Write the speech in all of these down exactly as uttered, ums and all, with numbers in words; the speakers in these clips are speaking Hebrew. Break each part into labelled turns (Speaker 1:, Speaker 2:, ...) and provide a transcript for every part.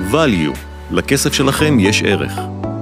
Speaker 1: value. לכסף שלכם יש ערך.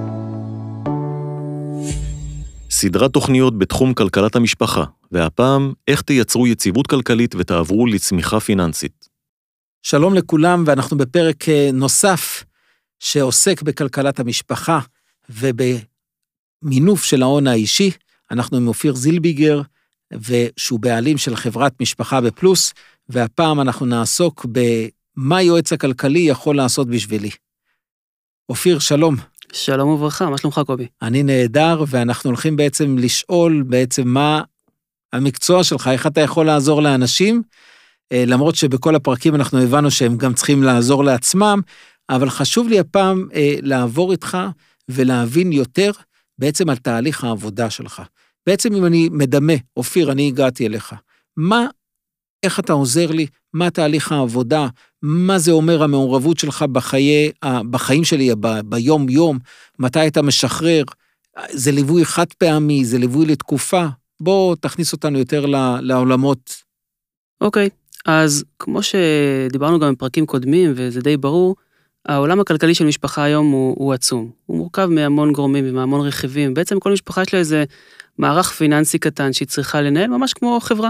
Speaker 1: סדרת תוכניות בתחום כלכלת המשפחה, והפעם איך תייצרו יציבות כלכלית ותעברו לצמיחה פיננסית.
Speaker 2: שלום לכולם, ואנחנו בפרק נוסף שעוסק בכלכלת המשפחה ובמינוף של ההון האישי. אנחנו עם אופיר זילביגר, ושהוא בעלים של חברת משפחה בפלוס, והפעם אנחנו נעסוק במה יועץ הכלכלי יכול לעשות בשבילי. אופיר, שלום.
Speaker 3: שלום וברכה, מה שלומך קובי?
Speaker 2: אני נהדר, ואנחנו הולכים בעצם לשאול בעצם מה המקצוע שלך, איך אתה יכול לעזור לאנשים, למרות שבכל הפרקים אנחנו הבנו שהם גם צריכים לעזור לעצמם, אבל חשוב לי הפעם לעבור איתך ולהבין יותר בעצם על תהליך העבודה שלך. בעצם אם אני מדמה, אופיר, אני הגעתי אליך, מה, איך אתה עוזר לי, מה תהליך העבודה, מה זה אומר המעורבות שלך בחיי, בחיים שלי, ב, ביום יום, מתי אתה משחרר, זה ליווי חד פעמי, זה ליווי לתקופה, בוא תכניס אותנו יותר לעולמות.
Speaker 3: אוקיי, אז כמו שדיברנו גם בפרקים קודמים, וזה די ברור, העולם הכלכלי של משפחה היום הוא, הוא עצום, הוא מורכב מהמון גורמים ומהמון רכיבים, בעצם כל משפחה יש לה איזה מערך פיננסי קטן שהיא צריכה לנהל, ממש כמו חברה.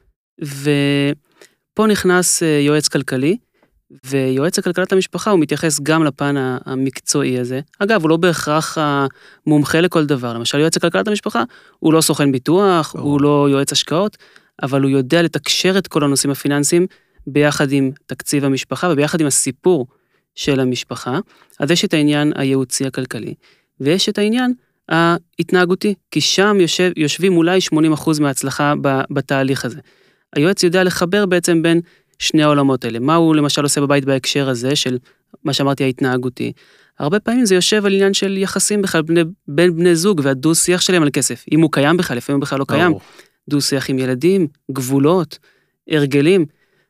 Speaker 3: ופה נכנס יועץ כלכלי, ויועץ הכלכלת המשפחה הוא מתייחס גם לפן המקצועי הזה. אגב, הוא לא בהכרח מומחה לכל דבר. למשל, יועץ הכלכלת המשפחה הוא לא סוכן ביטוח, oh. הוא לא יועץ השקעות, אבל הוא יודע לתקשר את כל הנושאים הפיננסיים ביחד עם תקציב המשפחה וביחד עם הסיפור של המשפחה. אז יש את העניין הייעוצי הכלכלי, ויש את העניין ההתנהגותי, כי שם יושב, יושבים אולי שמונים אחוז מההצלחה בתהליך הזה. היועץ יודע לחבר בעצם בין שני העולמות האלה. מה הוא למשל עושה בבית בהקשר הזה של מה שאמרתי ההתנהגותי? הרבה פעמים זה יושב על עניין של יחסים בכלל בין, בין בני זוג והדו שיח שלהם על כסף. אם הוא קיים בכלל, לפעמים הוא בכלל לא קיים. דו שיח עם ילדים, גבולות, הרגלים.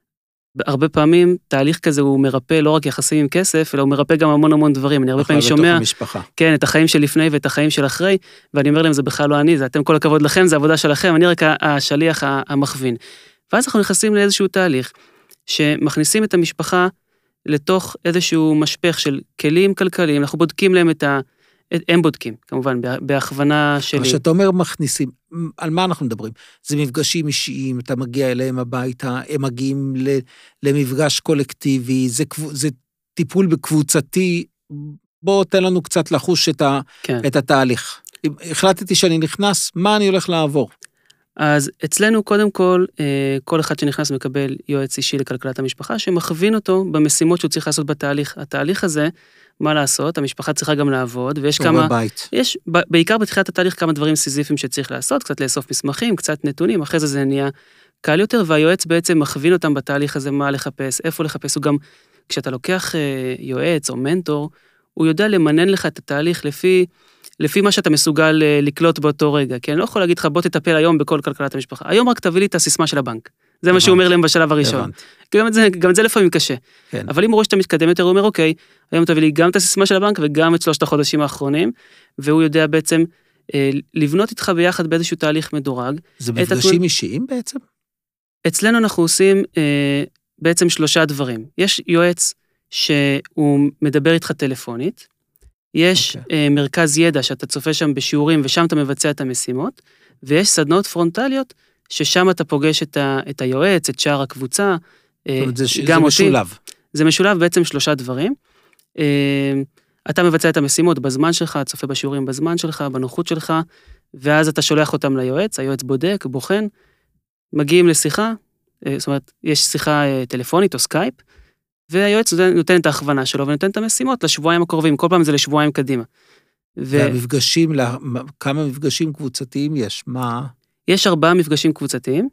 Speaker 3: הרבה פעמים תהליך כזה הוא מרפא לא רק יחסים עם כסף, אלא הוא מרפא גם המון המון דברים. אני הרבה פעמים שומע, כן, את החיים של לפני ואת החיים של אחרי, ואני אומר להם, זה בכלל לא אני, זה אתם כל הכבוד לכם, זה עבודה שלכם, אני רק השליח המכווין. ואז אנחנו נכנסים לאיזשהו תהליך, שמכניסים את המשפחה לתוך איזשהו משפך של כלים כלכליים, אנחנו בודקים להם את ה... הם בודקים, כמובן, בהכוונה שלי.
Speaker 2: אבל שאתה אומר מכניסים, על מה אנחנו מדברים? זה מפגשים אישיים, אתה מגיע אליהם הביתה, הם מגיעים למפגש קולקטיבי, זה, זה טיפול בקבוצתי, בוא תן לנו קצת לחוש את, ה, כן. את התהליך. החלטתי שאני נכנס, מה אני הולך לעבור?
Speaker 3: אז אצלנו קודם כל, כל אחד שנכנס מקבל יועץ אישי לכלכלת המשפחה, שמכווין אותו במשימות שהוא צריך לעשות בתהליך. התהליך הזה, מה לעשות? המשפחה צריכה גם לעבוד, ויש כמה...
Speaker 2: בבית.
Speaker 3: יש, בעיקר בתחילת התהליך, כמה דברים סיזיפיים שצריך לעשות, קצת לאסוף מסמכים, קצת נתונים, אחרי זה זה נהיה קל יותר, והיועץ בעצם מכווין אותם בתהליך הזה, מה לחפש, איפה לחפש, הוא גם, כשאתה לוקח יועץ או מנטור, הוא יודע למנן לך את התהליך לפי... לפי מה שאתה מסוגל לקלוט באותו רגע, כי אני לא יכול להגיד לך, בוא תטפל היום בכל כלכלת המשפחה. היום רק תביא לי את הסיסמה של הבנק. זה מה שהוא אומר להם בשלב הראשון. גם את זה, גם את זה לפעמים קשה. אבל אם הוא רואה שאתה מתקדם יותר, הוא אומר, אוקיי, היום תביא לי גם את הסיסמה של הבנק, וגם את שלושת החודשים האחרונים, והוא יודע בעצם לבנות איתך ביחד באיזשהו תהליך מדורג.
Speaker 2: זה מפגשים אישיים בעצם?
Speaker 3: אצלנו אנחנו עושים בעצם שלושה דברים. יש יועץ שהוא מדבר איתך טלפונית, יש okay. uh, מרכז ידע שאתה צופה שם בשיעורים, ושם אתה מבצע את המשימות, ויש סדנות פרונטליות, ששם אתה פוגש את, ה, את היועץ, את שאר הקבוצה, uh,
Speaker 2: זה, גם זה אותי. משולב.
Speaker 3: זה משולב בעצם שלושה דברים. Uh, אתה מבצע את המשימות בזמן שלך, צופה בשיעורים בזמן שלך, בנוחות שלך, ואז אתה שולח אותם ליועץ, היועץ בודק, בוחן, מגיעים לשיחה, uh, זאת אומרת, יש שיחה uh, טלפונית או סקייפ, והיועץ נותן את ההכוונה שלו, ונותן את המשימות לשבועיים הקרובים, כל פעם זה לשבועיים קדימה.
Speaker 2: והמפגשים, כמה מפגשים קבוצתיים יש? מה?
Speaker 3: יש ארבעה מפגשים קבוצתיים,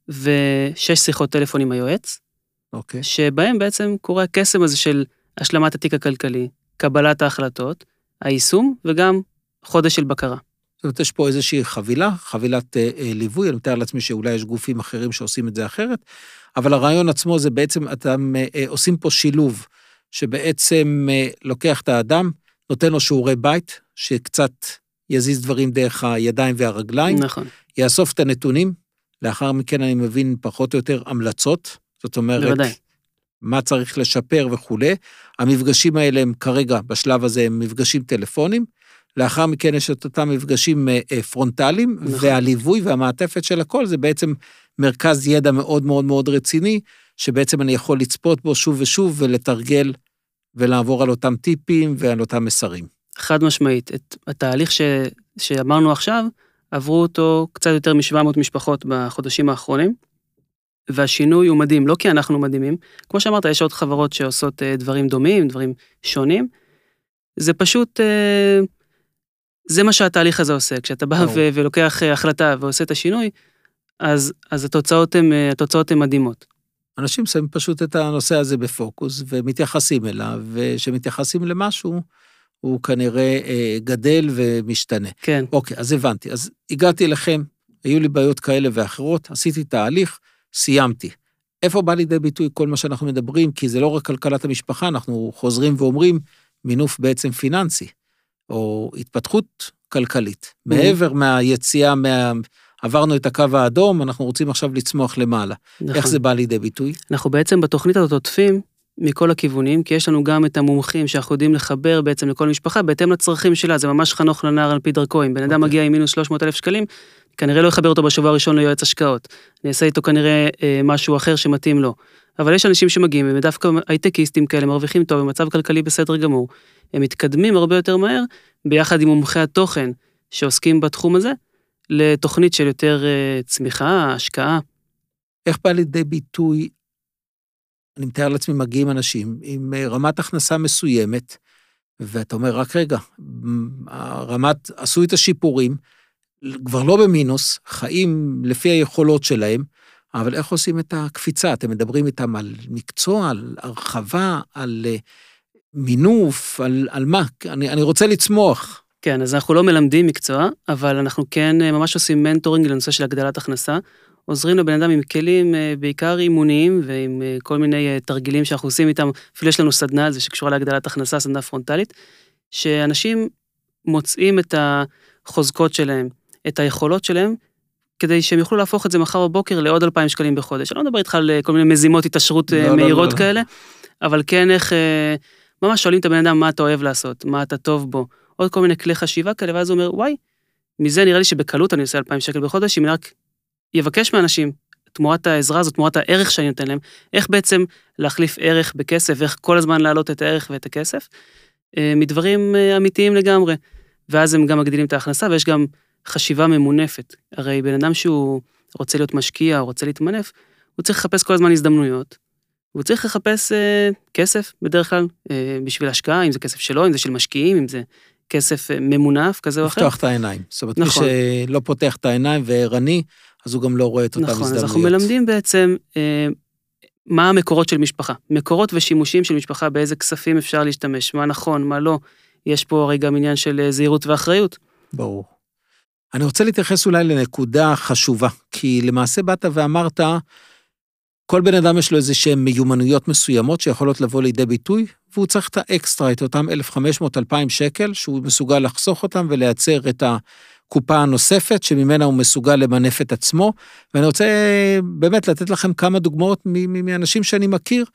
Speaker 3: ושש שיחות טלפון עם היועץ,
Speaker 2: אוקיי.
Speaker 3: שבהם בעצם קורה הקסם הזה של השלמת התיק הכלכלי, קבלת ההחלטות, היישום, וגם חודש של בקרה.
Speaker 2: זאת אומרת, יש פה איזושהי חבילה, חבילת אה, אה, ליווי, אני מתאר לעצמי שאולי יש גופים אחרים שעושים את זה אחרת, אבל הרעיון עצמו זה בעצם, אתם אה, עושים פה שילוב, שבעצם אה, לוקח את האדם, נותן לו שיעורי בית, שקצת יזיז דברים דרך הידיים והרגליים,
Speaker 3: נכון.
Speaker 2: יאסוף את הנתונים, לאחר מכן אני מבין פחות או יותר המלצות, זאת אומרת,
Speaker 3: בוודאי.
Speaker 2: מה צריך לשפר וכו'. המפגשים האלה הם כרגע, בשלב הזה, הם מפגשים טלפונים, לאחר מכן יש את אותם מפגשים פרונטליים, נכון. והליווי והמעטפת של הכל, זה בעצם מרכז ידע מאוד מאוד מאוד רציני, שבעצם אני יכול לצפות בו שוב ושוב, ולתרגל, ולעבור על אותם טיפים, ועל אותם מסרים.
Speaker 3: חד משמעית, את התהליך ש, שאמרנו עכשיו, עברו אותו קצת יותר מ-שבע מאות משפחות בחודשים האחרונים, והשינוי הוא מדהים, לא כי אנחנו מדהימים, כמו שאמרת, יש עוד חברות שעושות דברים דומים, דברים שונים, זה פשוט, זה מה שהתהליך הזה עושה, כשאתה בא ו- ולוקח החלטה ועושה את השינוי, אז, אז התוצאות הן, התוצאות הן מדהימות.
Speaker 2: אנשים שמים פשוט את הנושא הזה בפוקוס, ומתייחסים אליו, ושמתייחסים למשהו, הוא כנראה גדל ומשתנה.
Speaker 3: כן.
Speaker 2: אוקיי, אז הבנתי. אז הגעתי לכם, היו לי בעיות כאלה ואחרות, עשיתי תהליך, סיימתי. איפה בא לידי ביטוי כל מה שאנחנו מדברים? כי זה לא רק כלכלת המשפחה, אנחנו חוזרים ואומרים, מינוף בעצם פיננסי, או התפתחות כלכלית. מעבר מהיציאה, מה... עברנו את הקו האדום, אנחנו רוצים עכשיו לצמוח למעלה. נכון. איך זה בא לידי ביטוי?
Speaker 3: אנחנו בעצם בתוכנית הזאת עוטפים מכל הכיוונים, כי יש לנו גם את המומחים שאנחנו יודעים לחבר בעצם לכל משפחה, בהתאם לצרכים שלה, זה ממש חנוך לנער על פי דרכו, אם בן אדם מגיע עם מינוס שלוש מאות אלף שקלים, כנראה לא יחבר אותו בשבוע הראשון ליועץ השקעות, אני אעשה איתו כנראה אה, משהו אחר שמתאים לו, אבל יש אנשים שמגיעים, הם דווקא הייטקיסטים כאלה, מרוויחים טוב, במצב כלכלי בסדר גמור, הם מתקדמים הרבה יותר מהר, ביחד עם מומחי התוכן שעוסקים בתחום הזה, לתוכנית של יותר uh, צמיחה, השקעה.
Speaker 2: איך בא לידי ביטוי, אני מתאר לעצמי, מגיעים אנשים עם רמת הכנסה מסוימת, ואתה אומר, רק רגע, הרמת, עשו את השיפורים, כבר לא במינוס, חיים לפי היכולות שלהם, אבל איך עושים את הקפיצה? אתם מדברים איתם על מקצוע, על הרחבה, על מינוף, על, על מה? אני, אני רוצה לצמוח.
Speaker 3: כן, אז אנחנו לא מלמדים מקצוע, אבל אנחנו כן ממש עושים מנטורינג לנושא של הגדלת הכנסה, עוזרים לבן אדם עם כלים בעיקר אימוניים, ועם כל מיני תרגילים שאנחנו עושים איתם, אפילו יש לנו סדנה, זה שקשורה להגדלת הכנסה, סדנה פרונטלית, שאנשים מוצאים את החוזקות שלהם, את היכולות שלהם, כדי שהם יוכלו להפוך את זה מחר בבוקר לעוד אלפיים שקלים בחודש. אני לא מדבר איתך על כל מיני מזימות התעשרות לא, מהירות לא, לא, כאלה, לא. אבל כן איך, ממש שואלים את הבן אדם מה אתה אוהב לעשות, מה אתה טוב בו, עוד כל מיני כלי חשיבה כאלה, ואז הוא אומר, וואי, מזה נראה לי שבקלות אני עושה אלפיים שקל בחודש, אם אני רק יבקש מאנשים, תמורת העזרה הזאת, תמורת הערך שאני נותן להם, איך בעצם להחליף ערך בכסף, ואיך כל הזמן להעלות את הערך ואת הכסף, מדברים אמיתיים לגמרי, ואז הם גם מגדילים את ההכנסה, ויש גם חשיבה ממונפת, הרי בן אדם שהוא רוצה להיות משקיע, או רוצה להתמנף, הוא צריך לחפש כל הזמן הזדמנויות, הוא צריך לחפש אה, כסף בדרך כלל, אה, בשביל השקעה, אם זה כסף שלו, אם זה של משקיעים, אם זה כסף אה, ממונף כזה או אחר.
Speaker 2: לפתוח את העיניים. זאת אומרת, נכון. מי שלא פותח את העיניים וערני, אז הוא גם לא רואה את אותם
Speaker 3: נכון,
Speaker 2: הזדמנויות.
Speaker 3: אז אנחנו מלמדים בעצם אה, מה המקורות של משפחה. מקורות ושימושים של משפחה, באיזה כספים אפשר להשתמש, מה נכון, מה לא. יש פה הרי גם עניין של זהירות ואחריות.
Speaker 2: ברור. אני רוצה להתייחס אולי לנקודה חשובה, כי למעשה באת ואמרת, כל בן אדם יש לו איזה שהן מיומנויות מסוימות שיכולות לבוא לידי ביטוי, והוא צריך את האקסטרה, את אותם אלף וחמש מאות עד אלפיים שקל, שהוא מסוגל לחסוך אותם ולייצר את הקופה הנוספת, שממנה הוא מסוגל למנף את עצמו, ואני רוצה באמת לתת לכם כמה דוגמאות מאנשים שאני מכיר,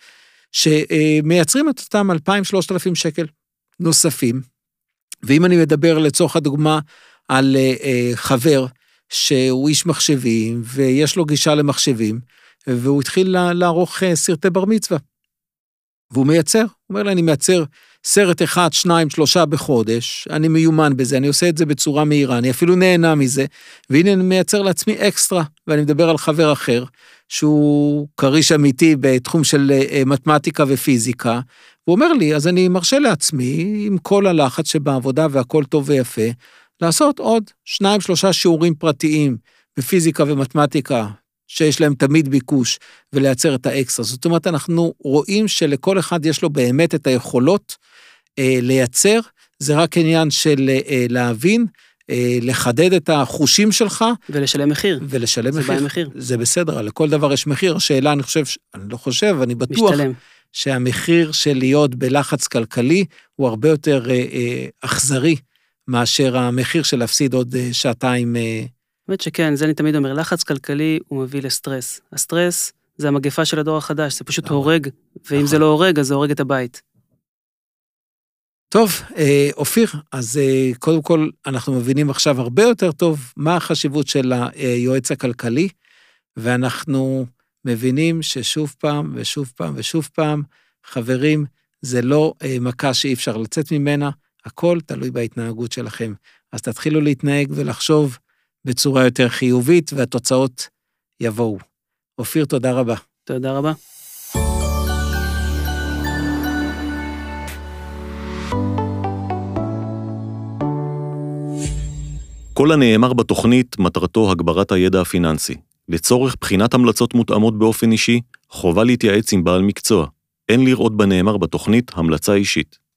Speaker 2: שמייצרים את אותם אלפיים שלושת אלפים שקל נוספים, ואם אני מדבר לצורך הדוגמה על חבר, שהוא איש מחשבים, ויש לו גישה למחשבים, והוא התחיל לערוך סרטי בר מצווה. והוא מייצר, הוא אומר לי, אני מייצר סרט אחד, שניים, שלושה בחודש, אני מיומן בזה, אני עושה את זה בצורה מהירה, אני אפילו נהנה מזה, והנה אני מייצר לעצמי אקסטרה, ואני מדבר על חבר אחר, שהוא קריש אמיתי בתחום של מתמטיקה ופיזיקה, הוא אומר לי, אז אני מרשה לעצמי, עם כל הלחץ שבעבודה והכל טוב ויפה, לעשות עוד שניים, שלושה שיעורים פרטיים בפיזיקה ומתמטיקה, שיש להם תמיד ביקוש, ולייצר את האקסטרה. זאת אומרת, אנחנו רואים שלכל אחד יש לו באמת את היכולות אה, לייצר, זה רק עניין של אה, להבין, אה, לחדד את החושים שלך.
Speaker 3: ולשלם מחיר.
Speaker 2: ולשלם
Speaker 3: זה
Speaker 2: מחיר.
Speaker 3: מחיר.
Speaker 2: זה בסדר, לכל דבר יש מחיר. השאלה, אני חושב, אני לא חושב, אני בטוח,
Speaker 3: משתלם.
Speaker 2: שהמחיר של להיות בלחץ כלכלי, הוא הרבה יותר אה, אה, אכזרי, מאשר המחיר של להפסיד עוד אה, שעתיים אה,
Speaker 3: באמת שכן, זה אני תמיד אומר, לחץ כלכלי הוא מביא לסטרס. הסטרס זה המגפה של הדור החדש, זה פשוט הורג ואם זה לא הורג, אז זה הורג את הבית.
Speaker 2: טוב, אופיר, אז קודם כל אנחנו מבינים עכשיו הרבה יותר טוב מה החשיבות של היועץ הכלכלי, ואנחנו מבינים ששוב פעם ושוב פעם ושוב פעם, חברים, זה לא מכה שאי אפשר לצאת ממנה, הכל תלוי בהתנהגות שלכם. אז תתחילו להתנהג ולחשוב בצורה יותר חיובית, והתוצאות יבואו. אופיר, תודה רבה.
Speaker 3: תודה רבה.
Speaker 1: כל הנאמר בתוכנית מטרתו הגברת הידע הפיננסי. לצורך בחינת המלצות מותאמות באופן אישי, חובה להתייעץ עם בעל מקצוע. אין לראות בנאמר בתוכנית המלצה אישית.